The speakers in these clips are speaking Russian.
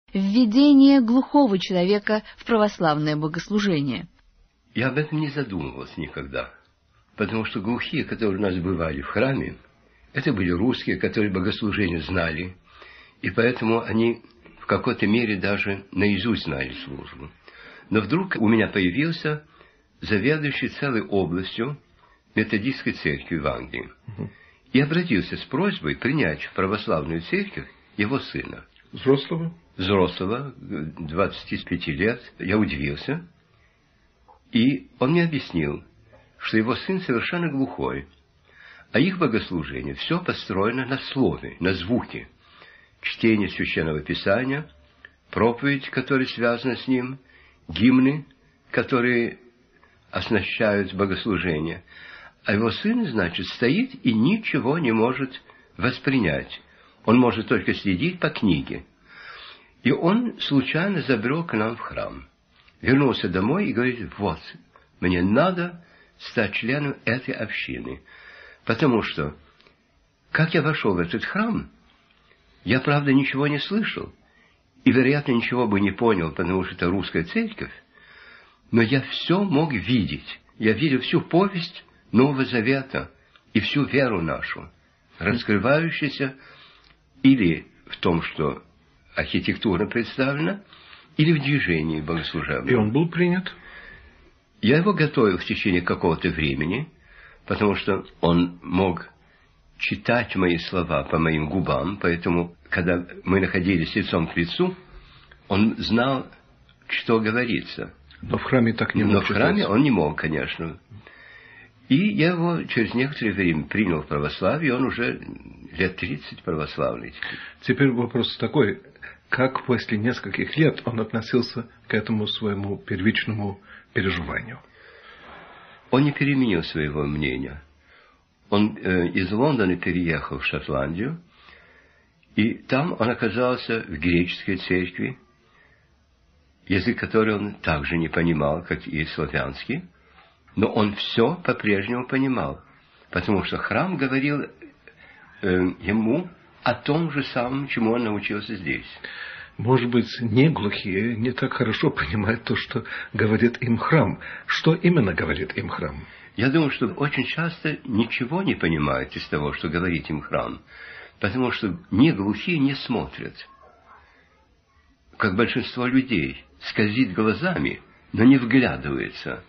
введение глухого человека в православное богослужение? Я об этом не задумывался никогда, потому что глухие, которые у нас бывали в храме, это были русские, которые богослужение знали, и поэтому они в какой-то мере даже наизусть знали службу. Но вдруг у меня появился заведующий целой областью методистской церкви в Англии. И обратился с просьбой принять в православную церковь его сына. Взрослого? Взрослого, 25 лет. Я удивился. И он мне объяснил, что его сын совершенно глухой, а их богослужение все построено на слове, на звуке. Чтение Священного Писания, проповедь, которая связана с ним, гимны, которые оснащают богослужение. А его сын, значит, стоит и ничего не может воспринять. Он может только следить по книге. И он случайно забрел к нам в храм. Вернулся домой и говорит: вот, мне надо стать членом этой общины. Потому что, как я вошел в этот храм, я, правда, ничего не слышал. И, вероятно, ничего бы не понял, потому что это русская церковь. Но я все мог видеть. Я видел всю повесть Нового Завета и всю веру нашу, раскрывающуюся или в том, что архитектура представлена, или в движении богослужебном. И он был принят? Я его готовил в течение какого-то времени, потому что он мог читать мои слова по моим губам, поэтому, когда мы находились лицом к лицу, он знал, что говорится. Но в храме так не мог. Но в храме он не мог, конечно. И я его через некоторое время принял в православие, и он уже лет 30 православный. Теперь вопрос такой: как после нескольких лет он относился к этому своему первичному переживанию? Он не переменил своего мнения. Он из Лондона переехал в Шотландию, и там он оказался в греческой церкви, язык которой он также не понимал, как и славянский, но он все по-прежнему понимал, потому что храм говорил ему о том же самом, чему он научился здесь. Может быть, не глухие не так хорошо понимают то, что говорит им храм. Что именно говорит им храм? Я думаю, что очень часто ничего не понимают из того, что говорит им храм, потому что не глухие не смотрят, как большинство людей, скользит глазами, но не вглядывается.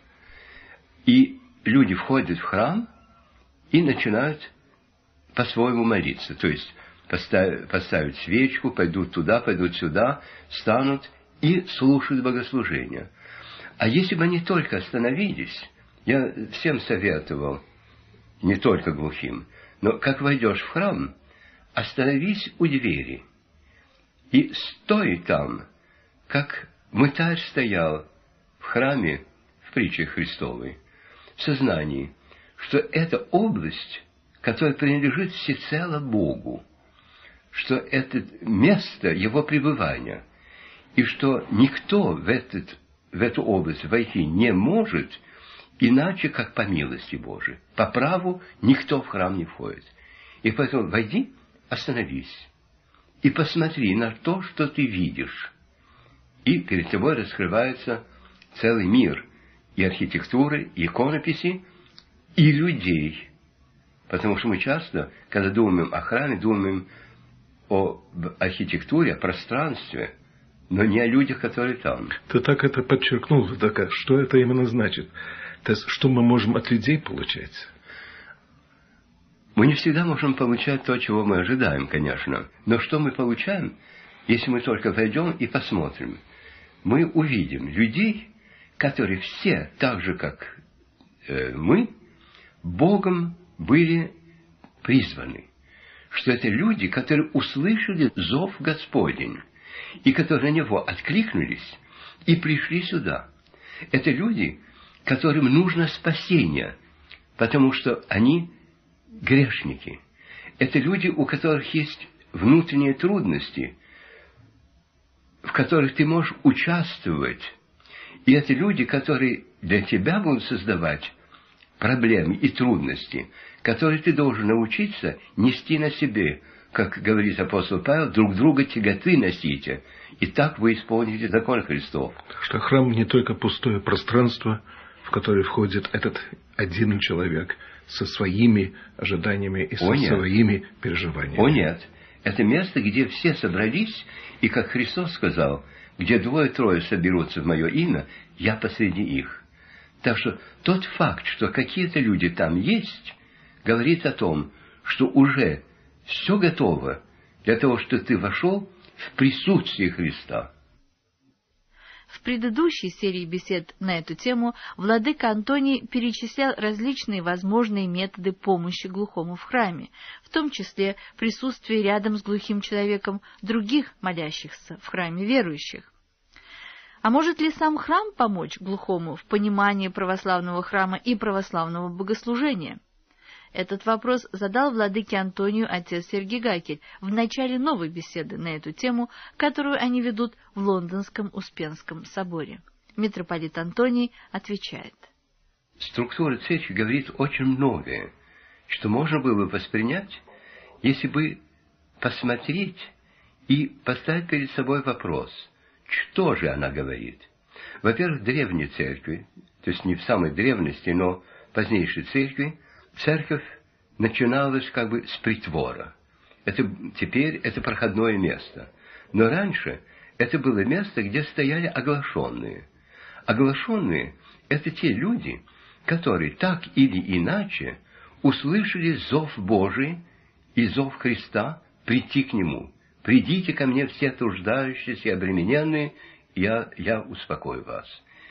И люди входят в храм и начинают по-своему молиться. То есть поставят свечку, пойдут туда, пойдут сюда, встанут и слушают богослужение. А если бы они только остановились, я всем советовал, не только глухим, но как войдешь в храм, остановись у двери и стой там, как мытарь стоял в храме в притче Христовой, в сознании, что это область, которая принадлежит всецело Богу, что это место Его пребывания, и что никто в эту область войти не может, иначе, как по милости Божией. По праву никто в храм не входит. И поэтому войди, остановись, и посмотри на то, что ты видишь. И перед тобой раскрывается целый мир и архитектуры, и иконописи, и людей. Потому что мы часто, когда думаем о храме, думаем о архитектуре, о пространстве, но не о людях, которые там. Ты так это подчеркнул, что это именно значит? То есть, что мы можем от людей получать? Мы не всегда можем получать то, чего мы ожидаем, конечно. Но что мы получаем, если мы только войдем и посмотрим? Мы увидим людей, которые все, так же, как мы, Богом были призваны. Что это люди, которые услышали зов Господень, и которые на него откликнулись и пришли сюда. Это люди, которым нужно спасение, потому что они грешники. Это люди, у которых есть внутренние трудности, в которых ты можешь участвовать. И это люди, которые для тебя будут создавать проблемы и трудности, которые ты должен научиться нести на себе как говорит апостол Павел, друг друга тяготы носите, и так вы исполните закон Христов. Что храм не только пустое пространство, в которое входит этот один человек со своими ожиданиями и со своими переживаниями. О нет, это место, где все собрались, и, как Христос сказал, где 2-3 соберутся в мое имя, я посреди их. Так что тот факт, что какие-то люди там есть, говорит о том, что уже все готово для того, чтобы ты вошел в присутствие Христа. В предыдущей серии бесед на эту тему владыка Антоний перечислял различные возможные методы помощи глухому в храме, в том числе присутствие рядом с глухим человеком других молящихся в храме верующих. А может ли сам храм помочь глухому в понимании православного храма и православного богослужения? Этот вопрос задал владыке Антонию отец Сергий Гакель в начале новой беседы на эту тему, которую они ведут в Лондонском Успенском соборе. Митрополит Антоний отвечает. Структура церкви говорит очень многое, что можно было бы воспринять, если бы посмотреть и поставить перед собой вопрос, что же она говорит. Во-первых, в древней церкви, то есть не в самой древности, но в позднейшей церкви, церковь начиналась как бы с притвора. Теперь это проходное место. Но раньше это было место, где стояли оглашенные. Оглашенные – это те люди, которые так или иначе услышали зов Божий и зов Христа прийти к Нему. «Придите ко мне все труждающиеся и обремененные, я успокою вас».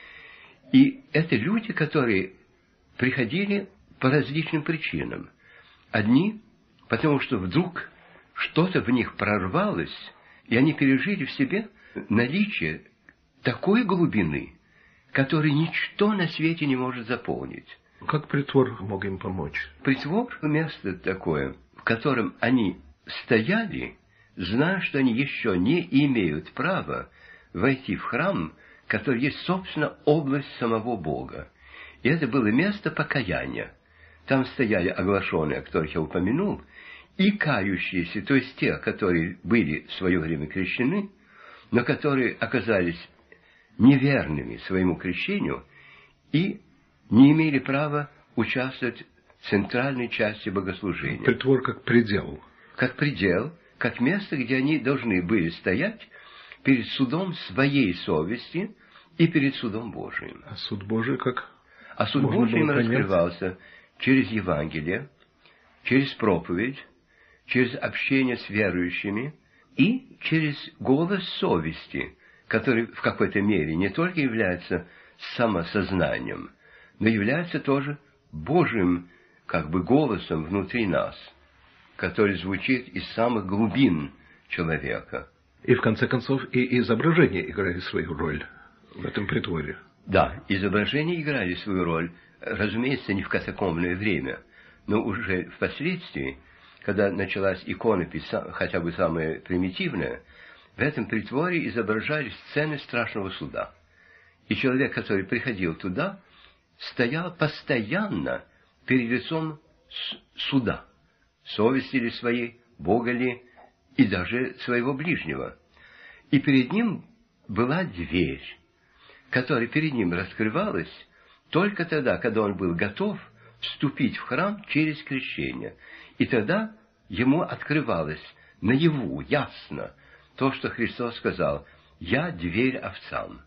И это люди, которые приходили по различным причинам. Одни, потому что вдруг что-то в них прорвалось, и они пережили в себе наличие такой глубины, которой ничто на свете не может заполнить. Как притвор мог им помочь? Притвор – место такое, в котором они стояли, зная, что они еще не имеют права войти в храм, который есть, собственно, область самого Бога. И это было место покаяния. Там стояли оглашенные, о которых я упомянул, и кающиеся, то есть те, которые были в свое время крещены, но которые оказались неверными своему крещению и не имели права участвовать в центральной части богослужения. Притвор как предел. Как предел, как место, где они должны были стоять перед судом своей совести и перед судом Божиим. А суд Божий как? А суд Божий им раскрывался через Евангелие, через проповедь, через общение с верующими и через голос совести, который в какой-то мере не только является самосознанием, но является тоже Божьим как бы голосом внутри нас, который звучит из самых глубин человека. И в конце концов и изображение играет свою роль в этом притворе. Да, изображения играли свою роль, разумеется, не в катакомбное время, но уже впоследствии, когда началась иконопись, хотя бы самая примитивная, в этом притворе изображались сцены страшного суда. И человек, который приходил туда, стоял постоянно перед лицом суда, совести ли своей, Бога ли, и даже своего ближнего. И перед ним была дверь, которая перед ним раскрывалась только тогда, когда он был готов вступить в храм через крещение. И тогда ему открывалось наяву, ясно, то, что Христос сказал: «Я дверь овцам».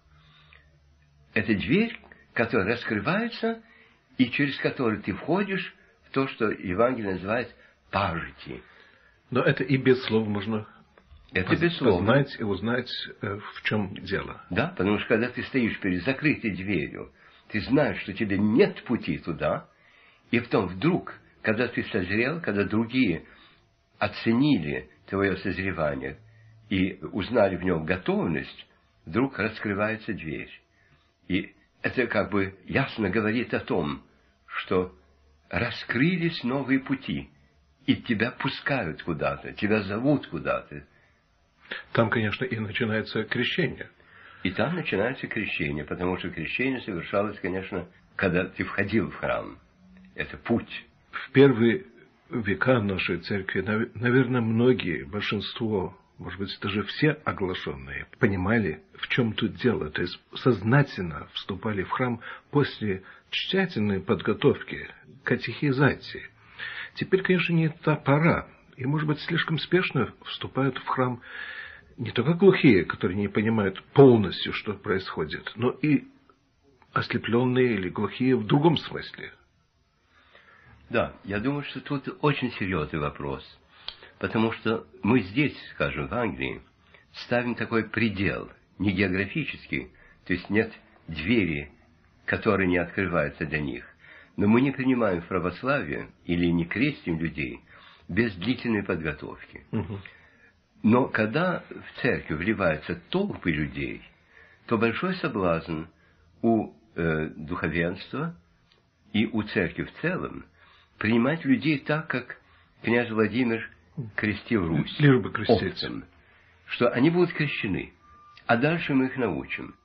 Это дверь, которая раскрывается, и через которую ты входишь в то, что Евангелие называет пажити. Но это и без слов можно познать и узнать, в чем дело. Да, потому что когда ты стоишь перед закрытой дверью, ты знаешь, что тебе нет пути туда, и потом вдруг, когда ты созрел, когда другие оценили твое созревание и узнали в нем готовность, вдруг раскрывается дверь. И это как бы ясно говорит о том, что раскрылись новые пути, и тебя пускают куда-то, тебя зовут куда-то. Там, конечно, и начинается крещение. И там начинается крещение, потому что крещение совершалось, конечно, когда ты входил в храм. Это путь. В первый века нашей церкви, наверное, многие, большинство, может быть, даже все оглашенные, понимали, в чем тут дело, то есть сознательно вступали в храм после тщательной подготовки, катехизации. Теперь, конечно, не та пора, и, может быть, слишком спешно вступают в храм не только глухие, которые не понимают полностью, что происходит, но и ослепленные или глухие в другом смысле. Да, я думаю, что тут очень серьезный вопрос, потому что мы здесь, скажем, в Англии, ставим такой предел, не географический, то есть нет двери, которые не открываются для них, но мы не принимаем в православие или не крестим людей без длительной подготовки. Угу. Но когда в церковь вливаются толпы людей, то большой соблазн у духовенства и у церкви в целом принимать людей так, как князь Владимир крестил Русь. Лишь бы креститься. Опытом, что они будут крещены, а дальше мы их научим.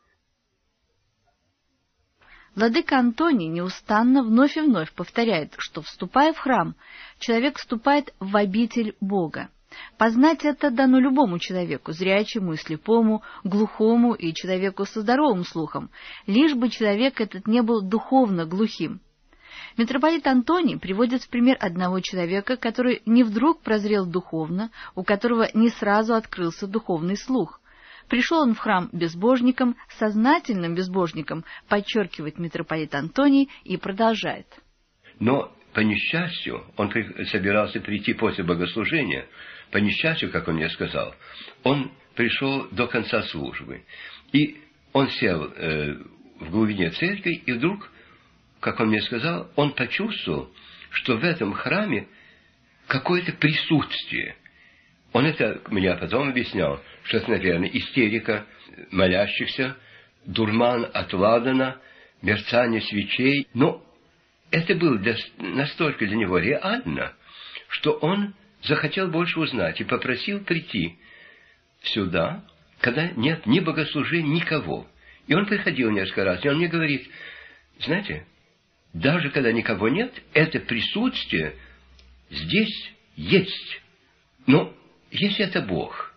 Владыка Антоний неустанно вновь и вновь повторяет, что, вступая в храм, человек вступает в обитель Бога. Познать это дано любому человеку, зрячему и слепому, глухому и человеку со здоровым слухом, лишь бы человек этот не был духовно глухим. Митрополит Антоний приводит в пример одного человека, который не вдруг прозрел духовно, у которого не сразу открылся духовный слух. Пришел он в храм безбожником, сознательным безбожником, подчеркивает митрополит Антоний и продолжает. Но, по несчастью, он собирался прийти после богослужения, по несчастью, как он мне сказал, он пришел до конца службы. И он сел в глубине церкви, и вдруг, как он мне сказал, он почувствовал, что в этом храме какое-то присутствие. Он это мне потом объяснял, что это, наверное, истерика молящихся, дурман от ладана, мерцание свечей. Но это было настолько для него реально, что он захотел больше узнать и попросил прийти сюда, когда нет ни богослужения, никого. И он приходил несколько раз, и он мне говорит, знаете, даже когда никого нет, это присутствие здесь есть. Но если это Бог,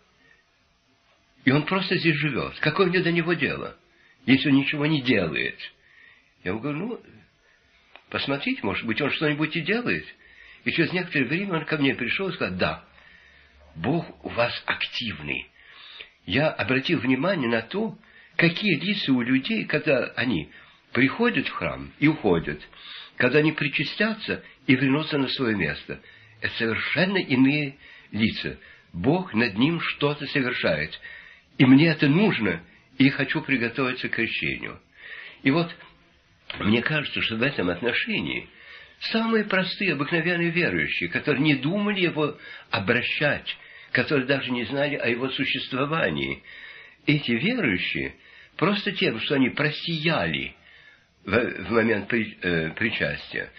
и Он просто здесь живет, какое мне до Него дело, если Он ничего не делает? Я ему говорю, посмотрите, может быть, Он что-нибудь и делает. И через некоторое время он ко мне пришел и сказал, да, Бог у вас активный. Я обратил внимание на то, какие лица у людей, когда они приходят в храм и уходят, когда они причастятся и вернутся на свое место. Это совершенно иные лица. Бог над ним что-то совершает. И мне это нужно, и я хочу приготовиться к крещению. И вот, мне кажется, что в этом отношении самые простые, обыкновенные верующие, которые не думали его обращать, которые даже не знали о его существовании, эти верующие, просто тем, что они просияли в момент причастия,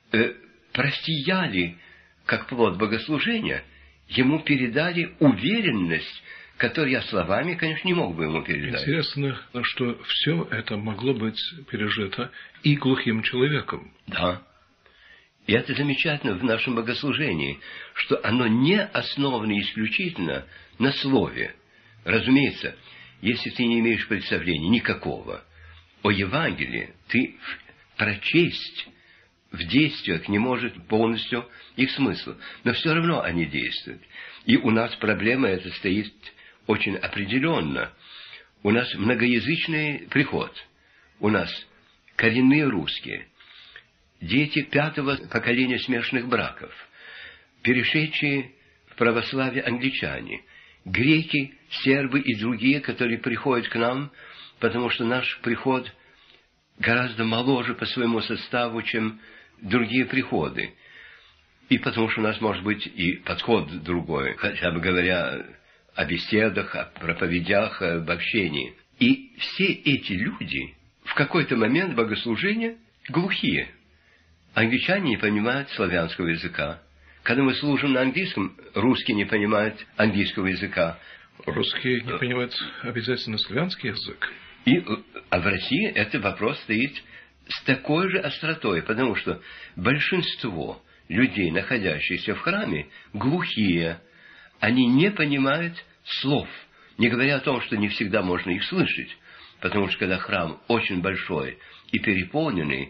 просияли, как плод богослужения, ему передали уверенность, которую я словами, конечно, не мог бы ему передать. Интересно, что все это могло быть пережито и глухим человеком. Да. И это замечательно в нашем богослужении, что оно не основано исключительно на слове. Разумеется, если ты не имеешь представления никакого о Евангелии, ты прочесть в действиях не может полностью их смысл. Но все равно они действуют. И у нас проблема эта стоит очень определенно. У нас многоязычный приход. У нас коренные русские, дети 5-го поколения смешанных браков, перешедшие в православие англичане, греки, сербы и другие, которые приходят к нам, потому что наш приход гораздо моложе по своему составу, чем другие приходы. И потому что у нас может быть и подход другой, хотя бы говоря о беседах, о проповедях, об общении. И все эти люди в какой-то момент богослужения глухие. Англичане не понимают славянского языка. Когда мы служим на английском, русские не понимают английского языка. Русские не понимают обязательно славянский язык. А в России этот вопрос стоит с такой же остротой, потому что большинство людей, находящихся в храме, глухие. Они не понимают слов, не говоря о том, что не всегда можно их слышать. Потому что когда храм очень большой и переполненный,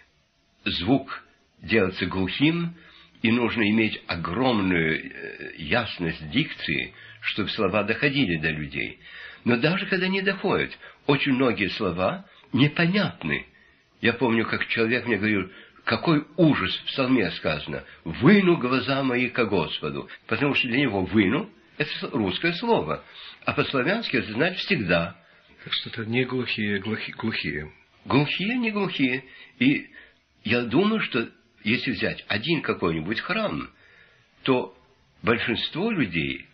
звук делается глухим, и нужно иметь огромную ясность дикции, чтобы слова доходили до людей. Но даже когда не доходят, очень многие слова непонятны. Я помню, как человек мне говорил, какой ужас в псалме сказано: «Выну глаза мои ко Господу», потому что для него «выну» — это русское слово, а по-славянски это значит «всегда». Так что это не глухие, глухие. Глухие, не глухие. И я думаю, что если взять один какой-нибудь храм, то большинство людей,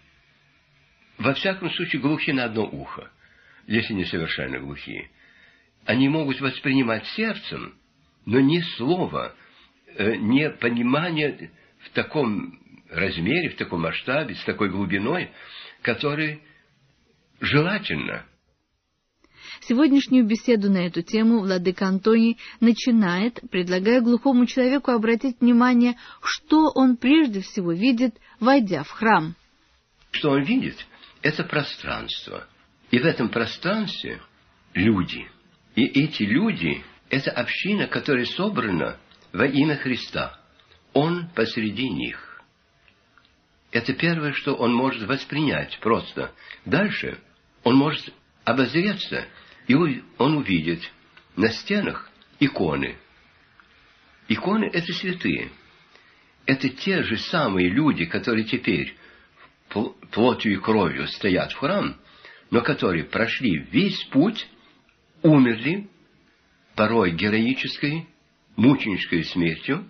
во всяком случае, глухи на одно ухо, если не совершенно глухие. Они могут воспринимать сердцем, но ни слова, ни понимания в таком размере, в таком масштабе, с такой глубиной, который желательно. Сегодняшнюю беседу на эту тему владыка Антоний начинает, предлагая глухому человеку обратить внимание, что он прежде всего видит, войдя в храм. Что он видит? Это пространство. И в этом пространстве люди. И эти люди – это община, которая собрана во имя Христа. Он посреди них. Это первое, что он может воспринять просто. Дальше он может обозреться, и он увидит на стенах иконы. Иконы – это святые. Это те же самые люди, которые теперь плотью и кровью стоят в храм, но которые прошли весь путь, умерли, порой героической, мученической смертью,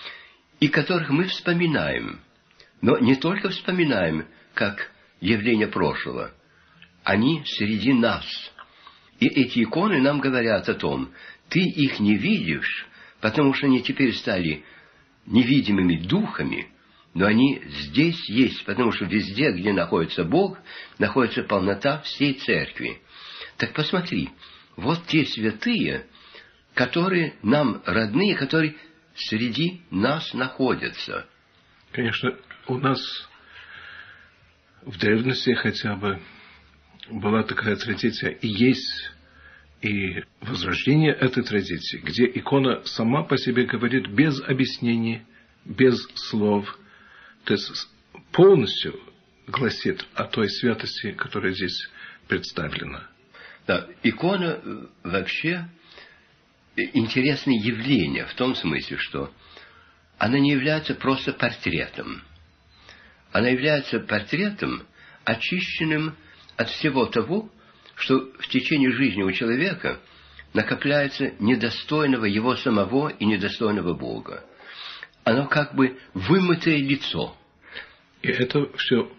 и которых мы вспоминаем. Но не только вспоминаем, как явление прошлого. Они среди нас. И эти иконы нам говорят о том, ты их не видишь, потому что они теперь стали невидимыми духами, но они здесь есть, потому что везде, где находится Бог, находится полнота всей церкви. Так посмотри, вот те святые, которые нам родные, которые среди нас находятся. Конечно, у нас в древности хотя бы была такая традиция, и есть и возрождение этой традиции, где икона сама по себе говорит без объяснений, без слов, то есть полностью гласит о той святости, которая здесь представлена. Да, икона вообще интересное явление в том смысле, что она не является просто портретом. Она является портретом, очищенным от всего того, что в течение жизни у человека накопляется недостойного его самого и недостойного Бога. Оно как бы вымытое лицо. И это все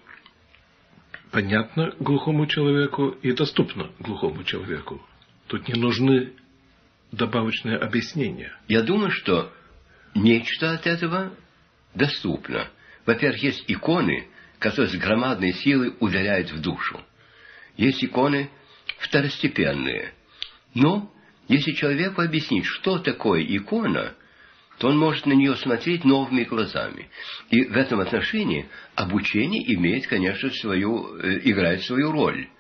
понятно глухому человеку и доступно глухому человеку. Тут не нужны добавочные объяснения. Я думаю, что нечто от этого доступно. Во-первых, есть иконы, которые с громадной силой ударяют в душу. Есть иконы второстепенные. Но если человеку объяснить, что такое икона, то он может на нее смотреть новыми глазами. И в этом отношении обучение имеет, конечно, играет свою роль.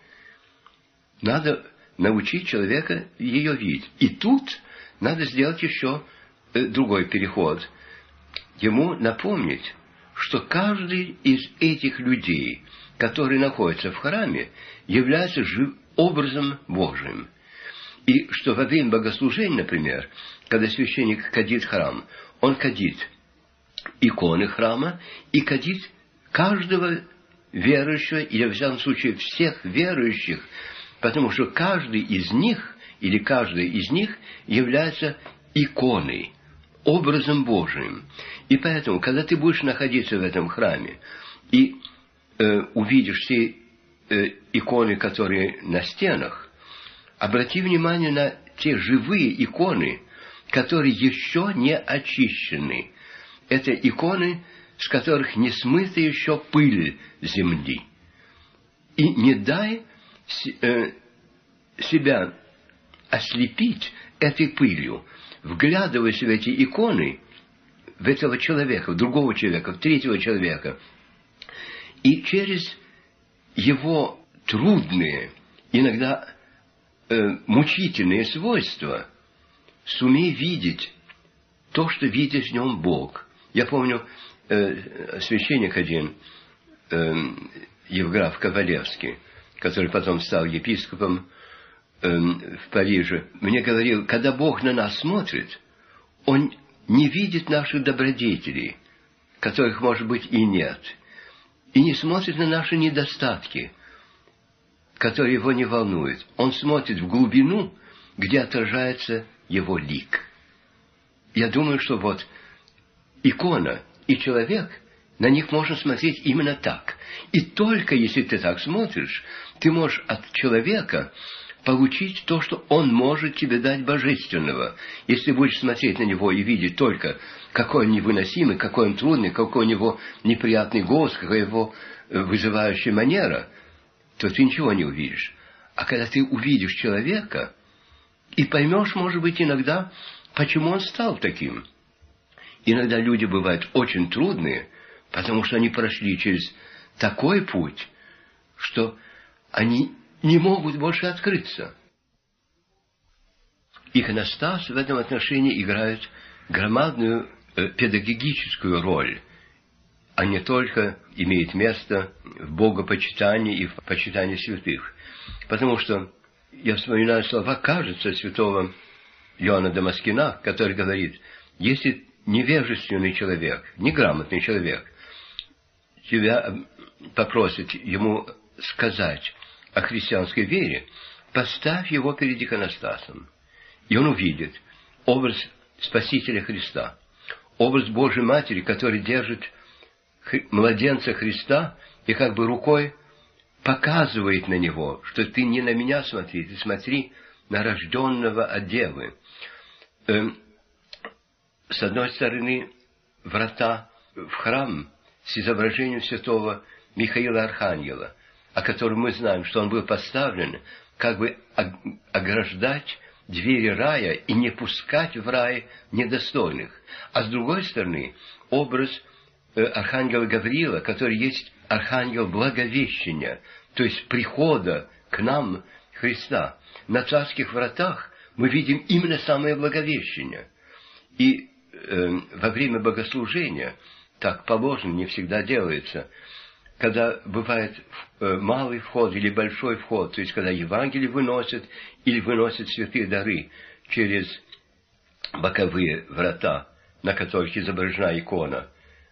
Надо научить человека ее видеть. И тут надо сделать еще другой переход. Ему напомнить, что каждый из этих людей, которые находятся в храме, является образом Божьим. И что во время богослужения, например, когда священник кадит храм, он кадит иконы храма и кадит каждого верующего, или в всяком случае всех верующих, потому что каждый из них, или каждая из них является иконой, образом Божиим. И поэтому, когда ты будешь находиться в этом храме и увидишь все иконы, которые на стенах, обрати внимание на те живые иконы, которые еще не очищены. Это иконы, с которых не смыта еще пыль земли. И не дай себя ослепить этой пылью. Вглядываясь в эти иконы, в этого человека, в другого человека, в третьего человека. И через его трудные, иногда мучительные свойства сумей видеть то, что видит в нем Бог. Я помню, священник один, Евграф Ковалевский, который потом стал епископом в Париже, мне говорил, когда Бог на нас смотрит, Он не видит наших добродетелей, которых, может быть, и нет, и не смотрит на наши недостатки, которые Его не волнуют. Он смотрит в глубину, где отражается Его лик. Я думаю, что вот икона и человек, на них можно смотреть именно так. И только если ты так смотришь, ты можешь от человека получить то, что он может тебе дать божественного. Если будешь смотреть на него и видеть только, какой он невыносимый, какой он трудный, какой у него неприятный голос, какая его вызывающая манера, то ты ничего не увидишь. А когда ты увидишь человека и поймешь, может быть, иногда, почему он стал таким. Иногда люди бывают очень трудные, потому что они прошли через такой путь, что они не могут больше открыться. Иконостас в этом отношении играет громадную педагогическую роль, а не только имеет место в богопочитании и в почитании святых. Потому что я вспоминаю слова, кажется, святого Иоанна Дамаскина, который говорит, если невежественный человек, неграмотный человек, тебя попросит ему сказать о христианской вере, поставь его перед иконостасом. И он увидит образ Спасителя Христа, образ Божьей Матери, который держит младенца Христа и как бы рукой показывает на него, что ты не на меня смотри, ты смотри на рожденного от Девы. С одной стороны, врата в храм с изображением святого Михаила Архангела, о котором мы знаем, что он был поставлен, как бы ограждать двери рая и не пускать в рай недостойных. А с другой стороны, образ Архангела Гавриила, который есть Архангел Благовещения, то есть прихода к нам Христа. На царских вратах мы видим именно самое Благовещение. И во время богослужения, так положено, не всегда делается, когда бывает малый вход или большой вход, то есть когда Евангелие выносят или выносят святые дары через боковые врата, на которых изображена икона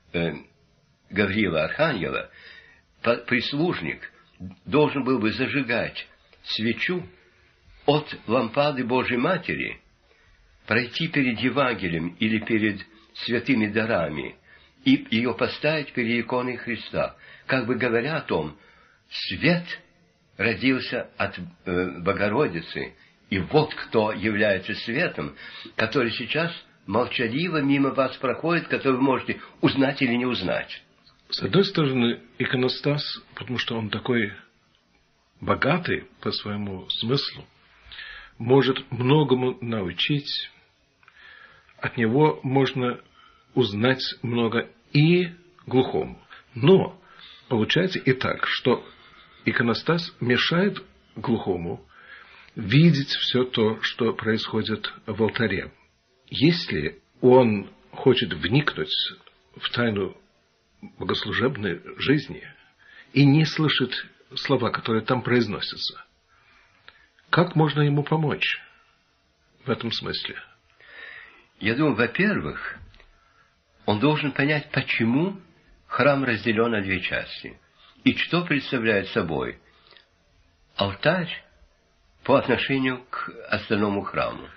Гавриила Архангела, прислужник должен был бы зажигать свечу от лампады Божьей Матери, пройти перед Евангелием или перед святыми дарами и ее поставить перед иконой Христа, как бы говоря о том, свет родился от Богородицы, и вот кто является светом, который сейчас молчаливо мимо вас проходит, который вы можете узнать или не узнать. С одной стороны, иконостас, потому что он такой богатый по своему смыслу, может многому научить, от него можно узнать много и глухому. Но получается и так, что иконостас мешает глухому видеть все то, что происходит в алтаре. Если он хочет вникнуть в тайну богослужебной жизни и не слышит слова, которые там произносятся, как можно ему помочь в этом смысле? Я думаю, во-первых, он должен понять, почему храм разделен на две части. И что представляет собой алтарь по отношению к остальному храму.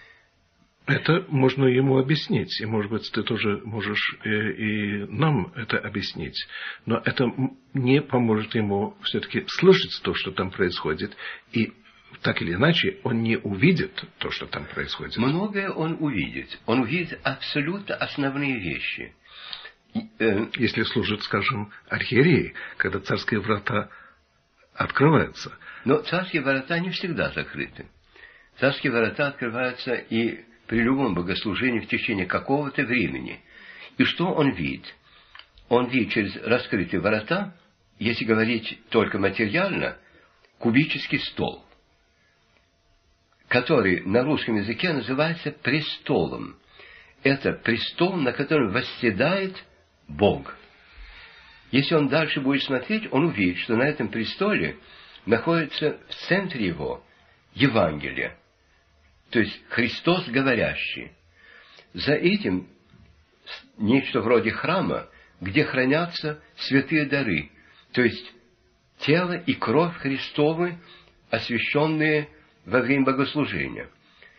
Это можно ему объяснить, и, может быть, ты тоже можешь и нам это объяснить. Но это не поможет ему все-таки слышать то, что там происходит, и так или иначе он не увидит то, что там происходит. Многое он увидит. Он увидит абсолютно основные вещи. Если служит, скажем, архиерей, когда царские врата открываются. Но царские врата не всегда закрыты. Царские врата открываются и при любом богослужении в течение какого-то времени. И что он видит? Он видит через раскрытые ворота, если говорить только материально, кубический стол, который на русском языке называется престолом. Это престол, на котором восседает Бог. Если он дальше будет смотреть, он увидит, что на этом престоле находится в центре его Евангелие, то есть Христос говорящий. За этим нечто вроде храма, где хранятся святые дары, то есть тело и кровь Христовы, освященные во время богослужения.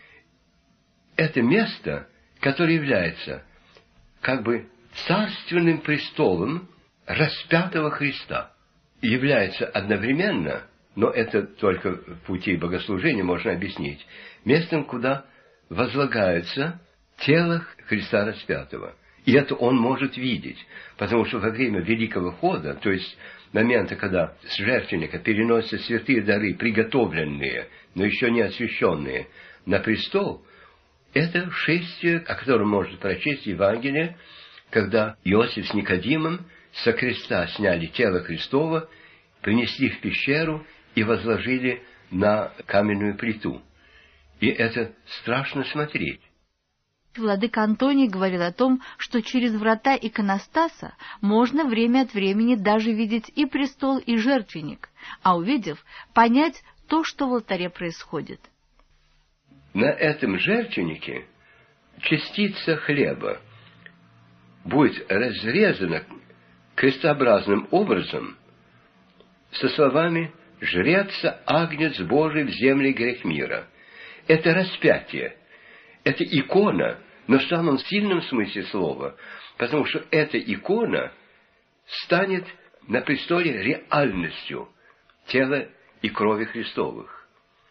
Это место, которое является как бы царственным престолом распятого Христа, является одновременно, но это только в пути богослужения можно объяснить, местом, куда возлагается тело Христа распятого. И это он может видеть, потому что во время Великого Хода, то есть момента, когда с жертвенника переносятся святые дары, приготовленные, но еще не освященные, на престол, это шествие, о котором можно прочесть Евангелие, когда Иосиф с Никодимом со креста сняли тело Христово, принесли в пещеру и возложили на каменную плиту. И это страшно смотреть. Владыка Антоний говорил о том, что через врата иконостаса можно время от времени даже видеть и престол, и жертвенник, а увидев, понять то, что в алтаре происходит. На этом жертвеннике частица хлеба будет разрезана крестообразным образом со словами «Жрется Агнец Божий в земле грех мира». Это распятие, это икона, но в самом сильном смысле слова, потому что эта икона станет на престоле реальностью тела и крови Христовых.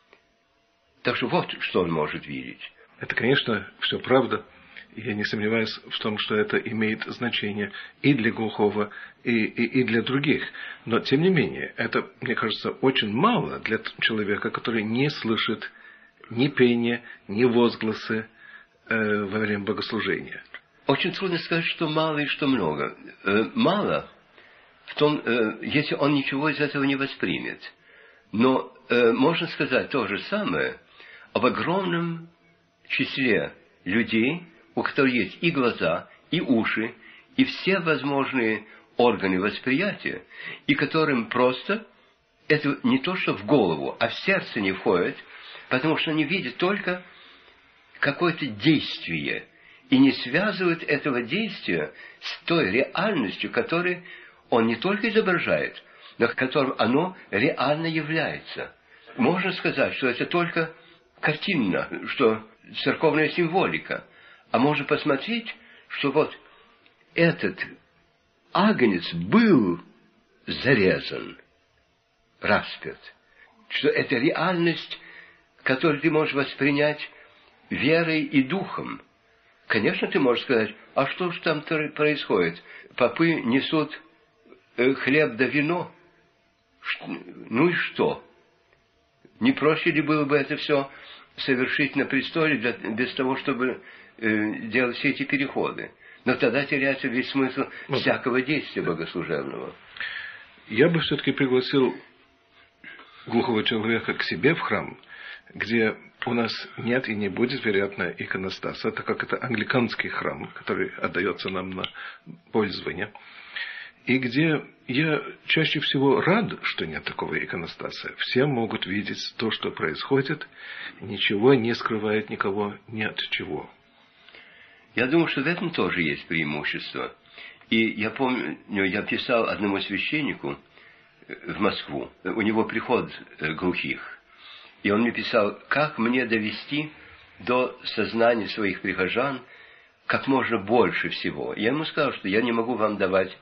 Так что вот что он может видеть. Это, конечно, все правда. Я не сомневаюсь в том, что это имеет значение и для глухого, и для других. Но, тем не менее, это, мне кажется, очень мало для человека, который не слышит ни пения, ни возгласы во время богослужения. Очень трудно сказать, что мало и что много. Мало в том, если он ничего из этого не воспримет. Но можно сказать то же самое об огромном числе людей, у которых есть и глаза, и уши, и все возможные органы восприятия, и которым просто это не то, что в голову, а в сердце не входит, потому что они видят только какое-то действие и не связывают этого действия с той реальностью, которую он не только изображает, но которым оно реально является. Можно сказать, что это только картинно, что церковная символика. А можно посмотреть, что вот этот агнец был зарезан, распят, что это реальность, которую ты можешь воспринять верой и духом. Конечно, ты можешь сказать, а что же там происходит? Попы несут хлеб да вино. Ну и что? Не проще ли было бы это все совершить на престоле без того, чтобы делать все эти переходы? Но тогда теряется весь смысл всякого действия богослужебного. Я бы все-таки пригласил глухого человека к себе в храм, где у нас нет и не будет, вероятно, иконостаса, так как это англиканский храм, который отдается нам на пользование, и где я чаще всего рад, что нет такого иконостаса. Все могут видеть то, что происходит, ничего не скрывает никого ни от чего. Я думаю, что в этом тоже есть преимущество. И я помню, я писал одному священнику в Москву, у него приход глухих. И он мне писал, как мне довести до сознания своих прихожан как можно больше всего. Я ему сказал, что я не могу вам давать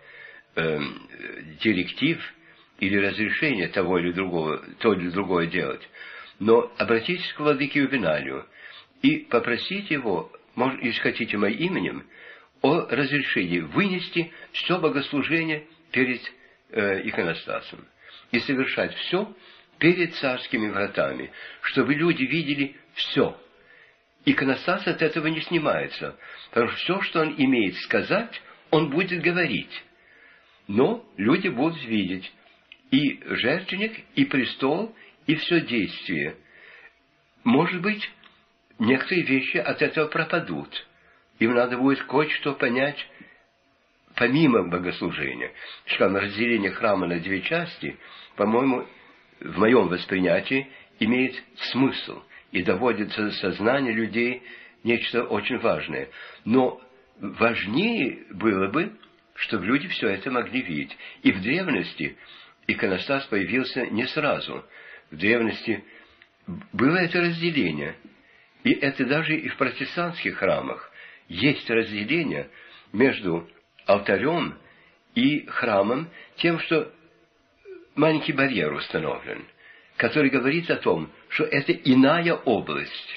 директив или разрешение того или другого, то или другое делать. Но обратитесь к владыке Ювеналию и попросите его, может, если хотите моим именем, о разрешении вынести все богослужение перед иконостасом и совершать все перед царскими вратами, чтобы люди видели все. иконостас от этого не снимается, потому что все, что он имеет сказать, он будет говорить. Но люди будут видеть и жертвенник, и престол, и все действие. Может быть, некоторые вещи от этого пропадут. Им надо будет кое-что понять помимо богослужения. Скажем, разделение храма на две части, по-моему, в моем восприятии, имеет смысл и доводит до сознания людей нечто очень важное. Но важнее было бы, чтобы люди все это могли видеть. И в древности иконостас появился не сразу. В древности было это разделение. И это даже и в протестантских храмах есть разделение между алтарем и храмом тем, что маленький барьер установлен, который говорит о том, что это иная область.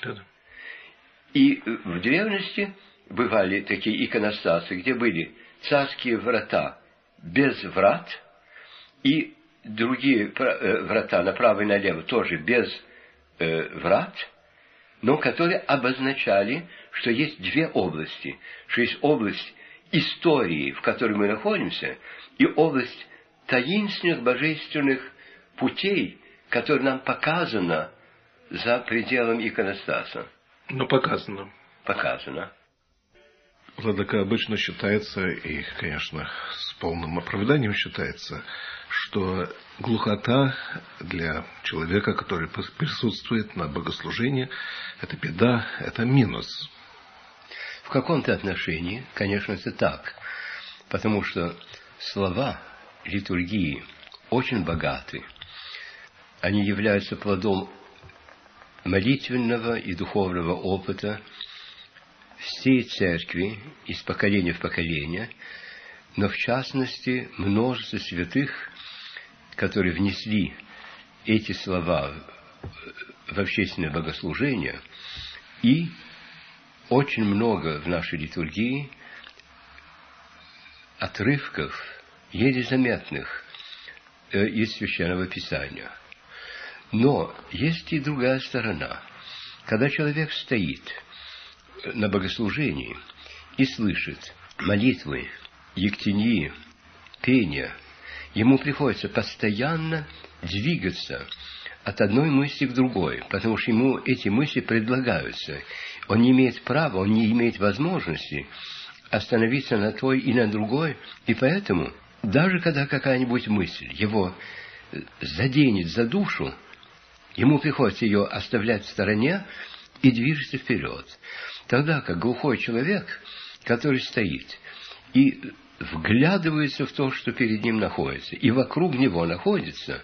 И в древности бывали такие иконостасы, где были царские врата без врат, и другие врата направо и налево тоже без врат, но которые обозначали, что есть две области, что есть область истории, в которой мы находимся, и область таинственных божественных путей, которые нам показано за пределом иконостаса. Но показано. Показано. Владыка, обычно считается, и, конечно, с полным оправданием считается, что глухота для человека, который присутствует на богослужении, это беда, это минус. В каком-то отношении, конечно, это так, потому что слова литургии очень богаты. Они являются плодом молитвенного и духовного опыта всей церкви из поколения в поколение, но в частности множество святых, которые внесли эти слова в общественное богослужение, и очень много в нашей литургии отрывков, еле заметных, из Священного Писания. Но есть и другая сторона. Когда человек стоит на богослужении и слышит молитвы, ектении, пения, ему приходится постоянно двигаться от одной мысли к другой, потому что ему эти мысли предлагаются. Он не имеет права, он не имеет возможности остановиться на той и на другой, и поэтому, даже когда какая-нибудь мысль его заденет за душу, ему приходится ее оставлять в стороне и движется вперед. Тогда как глухой человек, который стоит и вглядывается в то, что перед ним находится, и вокруг него находится,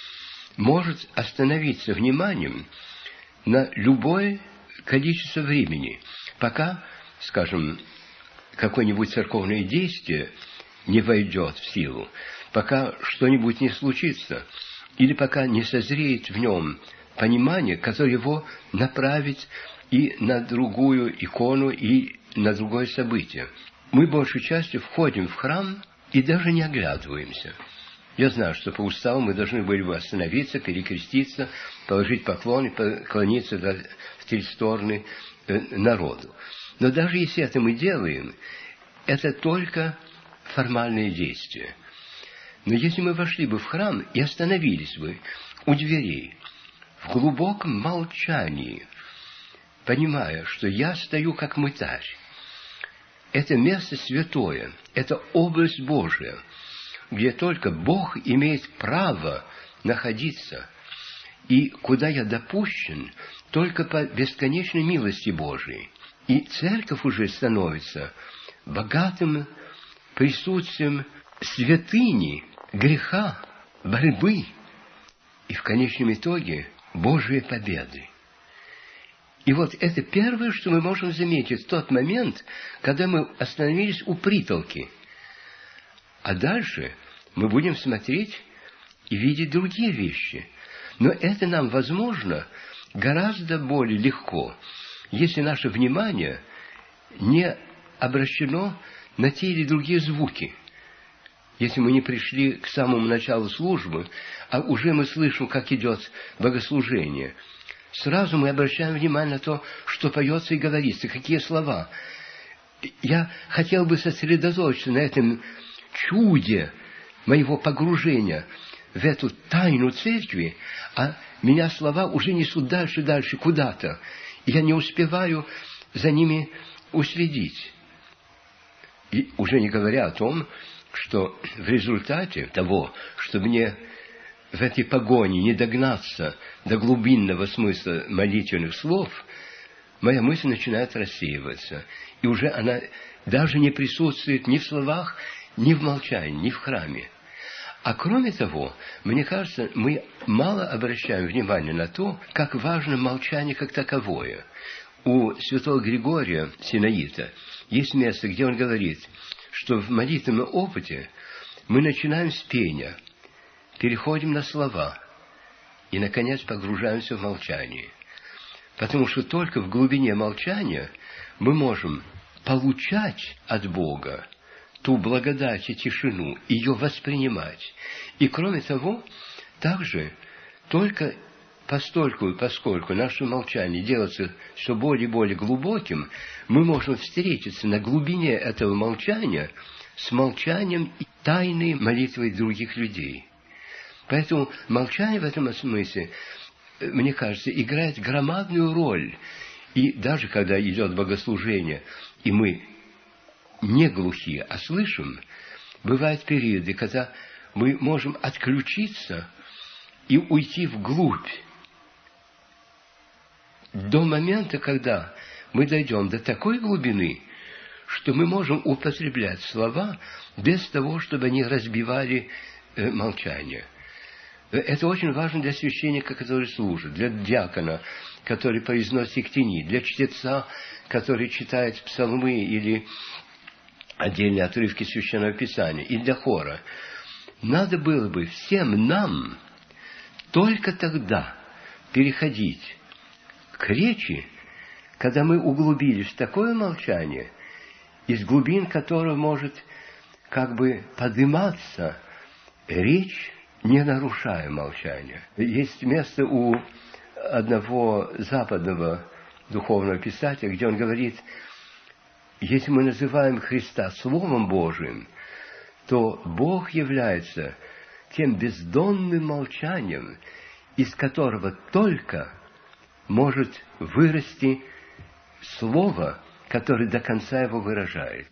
может остановиться вниманием на любое количество времени, пока, скажем, какое-нибудь церковное действие не войдет в силу, пока что-нибудь не случится, или пока не созреет в нем понимание, которое его направит и на другую икону, и на другое событие. Мы большей частью входим в храм и даже не оглядываемся. Я знаю, что по уставу мы должны были бы остановиться, перекреститься, положить поклон и поклониться в три стороны народу. Но даже если это мы делаем, это только формальные действия. Но если мы вошли бы в храм и остановились бы у дверей, в глубоком молчании, понимая, что я стою как мытарь, это место святое, это область Божия, где только Бог имеет право находиться, и куда я допущен только по бесконечной милости Божией. И церковь уже становится богатым присутствием святыни, греха, борьбы и в конечном итоге Божьей победы. И вот это первое, что мы можем заметить в тот момент, когда мы остановились у притолки. А дальше мы будем смотреть и видеть другие вещи. Но это нам возможно гораздо более легко, если наше внимание не обращено на те или другие звуки. Если мы не пришли к самому началу службы, а уже мы слышим, как идет богослужение, сразу мы обращаем внимание на то, что поется и говорится, какие слова. Я хотел бы сосредоточиться на этом чуде моего погружения в эту тайну церкви, а меня слова уже несут дальше куда-то, и я не успеваю за ними уследить. И уже не говоря о том, что в результате того, что мне в этой погоне не догнаться до глубинного смысла молитвенных слов, моя мысль начинает рассеиваться, и уже она даже не присутствует ни в словах, ни в молчании, ни в храме. А кроме того, мне кажется, мы мало обращаем внимание на то, как важно молчание как таковое. У святого Григория Синаита есть место, где он говорит, что в молитвенном опыте мы начинаем с пения, переходим на слова и, наконец, погружаемся в молчание. Потому что только в глубине молчания мы можем получать от Бога ту благодать и тишину, ее воспринимать. И, кроме того, также только поскольку наше молчание делается все более и более глубоким, мы можем встретиться на глубине этого молчания с молчанием и тайной молитвой других людей. Поэтому молчание в этом смысле, мне кажется, играет громадную роль. И даже когда идет богослужение, и мы не глухие, а слышим, бывают периоды, когда мы можем отключиться и уйти вглубь до момента, когда мы дойдем до такой глубины, что мы можем употреблять слова без того, чтобы они разбивали молчание. Это очень важно для священника, который служит, для диакона, который произносит ктени, для чтеца, который читает псалмы или отдельные отрывки Священного Писания, и для хора. Надо было бы всем нам только тогда переходить к речи, когда мы углубились в такое молчание, из глубин которого может как бы подниматься речь, не нарушая молчания. Есть место у одного западного духовного писателя, где он говорит: если мы называем Христа Словом Божиим, то Бог является тем бездонным молчанием, из которого только может вырасти слово, которое до конца его выражает.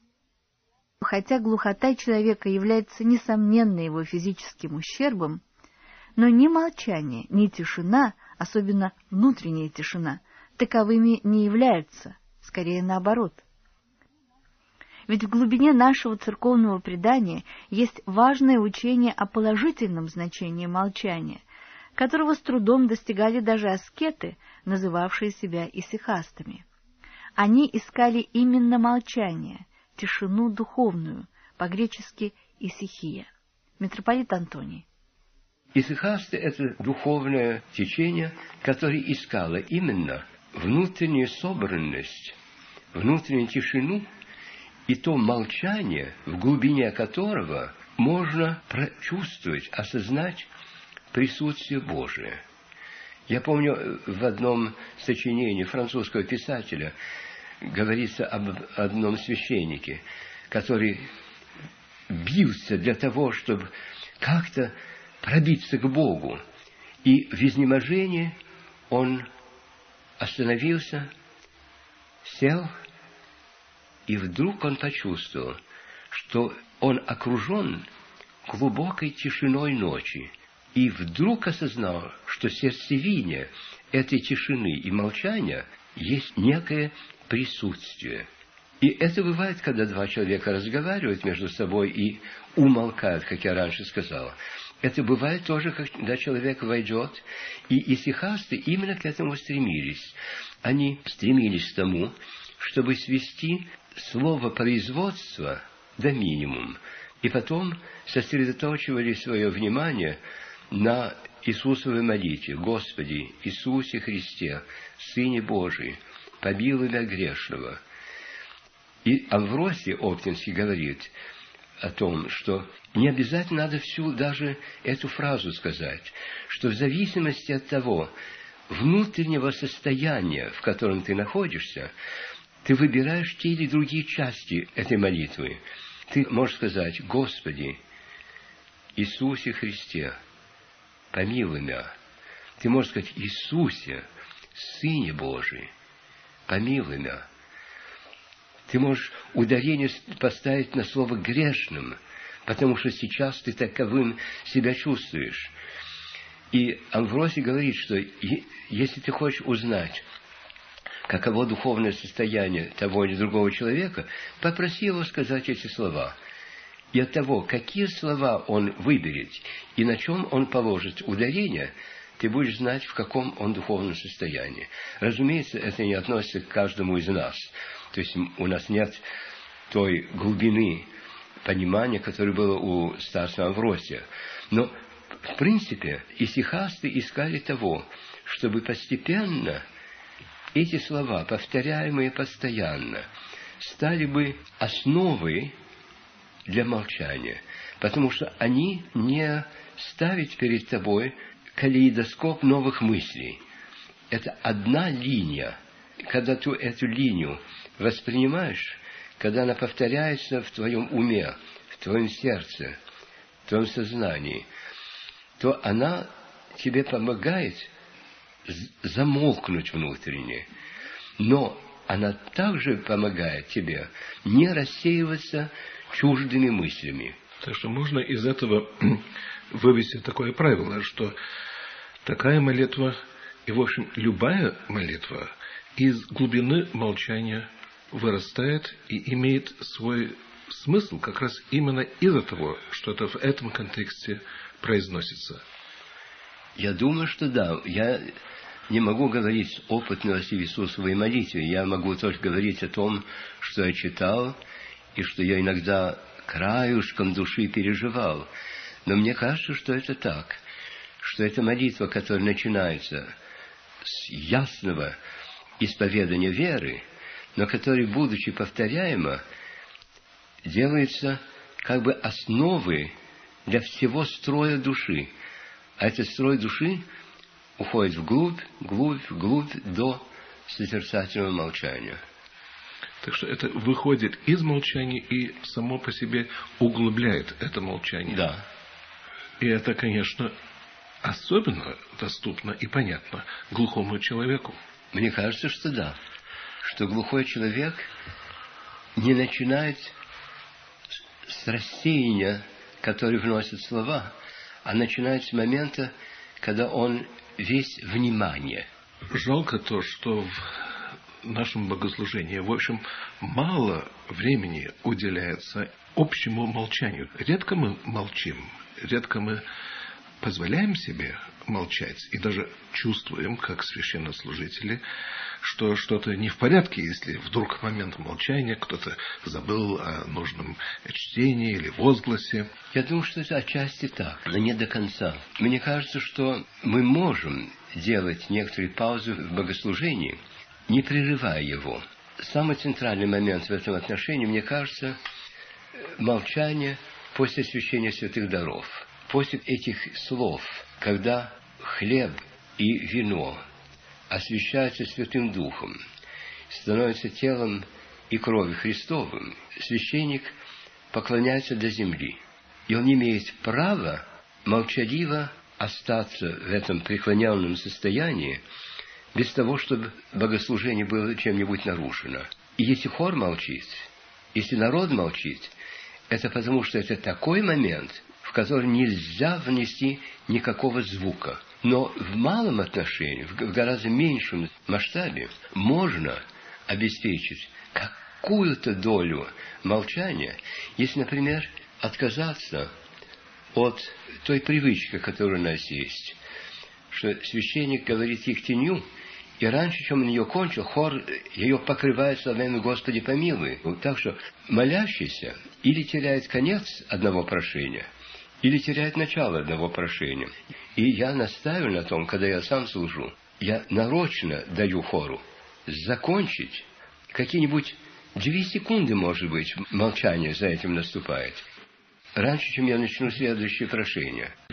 Хотя глухота человека является несомненно его физическим ущербом, но ни молчание, ни тишина, особенно внутренняя тишина, таковыми не являются, скорее наоборот. Ведь в глубине нашего церковного предания есть важное учение о положительном значении молчания, которого с трудом достигали даже аскеты, называвшие себя исихастами. Они искали именно молчание, тишину духовную, по-гречески «исихия». Митрополит Антоний. Исихасты – это духовное течение, которое искало именно внутреннюю собранность, внутреннюю тишину и то молчание, в глубине которого можно прочувствовать, осознать присутствие Божие. Я помню, в одном сочинении французского писателя говорится об одном священнике, который бился для того, чтобы как-то пробиться к Богу. И в изнеможении он остановился, сел, и вдруг он почувствовал, что он окружен глубокой тишиной ночи. И вдруг осознал, что сердцевине этой тишины и молчания есть некое присутствие. И это бывает, когда два человека разговаривают между собой и умолкают, как я раньше сказал. Это бывает тоже, когда человек войдет, и исихасты именно к этому стремились. Они стремились к тому, чтобы свести слово производства до минимума, и потом сосредоточивали свое внимание на Иисусовой молитве: «Господи Иисусе Христе, Сыне Божий, помилуй меня грешного». И Амвросий Оптинский говорит о том, что не обязательно надо всю даже эту фразу сказать, что в зависимости от того, внутреннего состояния, в котором ты находишься, ты выбираешь те или другие части этой молитвы. Ты можешь сказать: «Господи, Иисусе Христе, помилуй меня». Ты можешь сказать: «Иисусе, Сыне Божий, помилуй меня». Ты можешь ударение поставить на слово «грешным», потому что сейчас ты таковым себя чувствуешь. И Амвросий говорит, что если ты хочешь узнать, каково духовное состояние того или другого человека, попроси его сказать эти слова. И от того, какие слова он выберет и на чем он положит ударение, ты будешь знать, в каком он духовном состоянии. Разумеется, это не относится к каждому из нас. То есть у нас нет той глубины понимания, которое было у старца Амвросия. Но, в принципе, исихасты искали того, чтобы постепенно эти слова, повторяемые постоянно, стали бы основой для молчания, потому что они не ставят перед тобой калейдоскоп новых мыслей. Это одна линия. Когда ты эту линию воспринимаешь, когда она повторяется в твоем уме, в твоем сердце, в твоем сознании, то она тебе помогает замолкнуть внутренне. Но она также помогает тебе не рассеиваться чуждыми мыслями. Так что можно из этого вывести такое правило, что такая молитва, и, в общем, любая молитва из глубины молчания вырастает и имеет свой смысл как раз именно из-за того, что это в этом контексте произносится. Я думаю, что да. Я не могу говорить с опытностью в Иисусовой молитве. Я могу только говорить о том, что я читал, и что я иногда краюшком души переживал. Но мне кажется, что это так, что это молитва, которая начинается с ясного исповедания веры, но которая, будучи повторяема, делается как бы основой для всего строя души. А этот строй души уходит вглубь до созерцательного молчания. Так что это выходит из молчания и само по себе углубляет это молчание. Да. И это, конечно, особенно доступно и понятно глухому человеку. Мне кажется, что да. Что глухой человек не начинает с рассеяния, который вносит слова, а начинает с момента, когда он весь внимание. Жалко то, что в нашем богослужении, в общем, мало времени уделяется общему молчанию. Редко мы молчим, редко мы позволяем себе молчать и даже чувствуем, как священнослужители, что что-то не в порядке, если вдруг в момент молчания кто-то забыл о нужном чтении или возгласе. Я думаю, что это отчасти так, но не до конца. Мне кажется, что мы можем делать некоторые паузы в богослужении, не прерывая его. Самый центральный момент в этом отношении, мне кажется, молчание после освящения святых даров. После этих слов, когда хлеб и вино освящаются Святым Духом, становятся телом и кровью Христовым, священник поклоняется до земли. И он имеет право молчаливо остаться в этом преклоненном состоянии, без того, чтобы богослужение было чем-нибудь нарушено. И если хор молчит, если народ молчит, это потому, что это такой момент, в который нельзя внести никакого звука. Но в малом отношении, в гораздо меньшем масштабе, можно обеспечить какую-то долю молчания, если, например, отказаться от той привычки, которая у нас есть, что священник говорит ектенью, и раньше, чем он ее кончил, хор ее покрывает словами «Господи, помилуй». Так что молящийся или теряет конец одного прошения, или теряет начало одного прошения. И я настаиваю на том, когда я сам служу, я нарочно даю хору закончить. Какие-нибудь 2 секунды, может быть, молчание за этим наступает, раньше, чем я начну следующее прошение.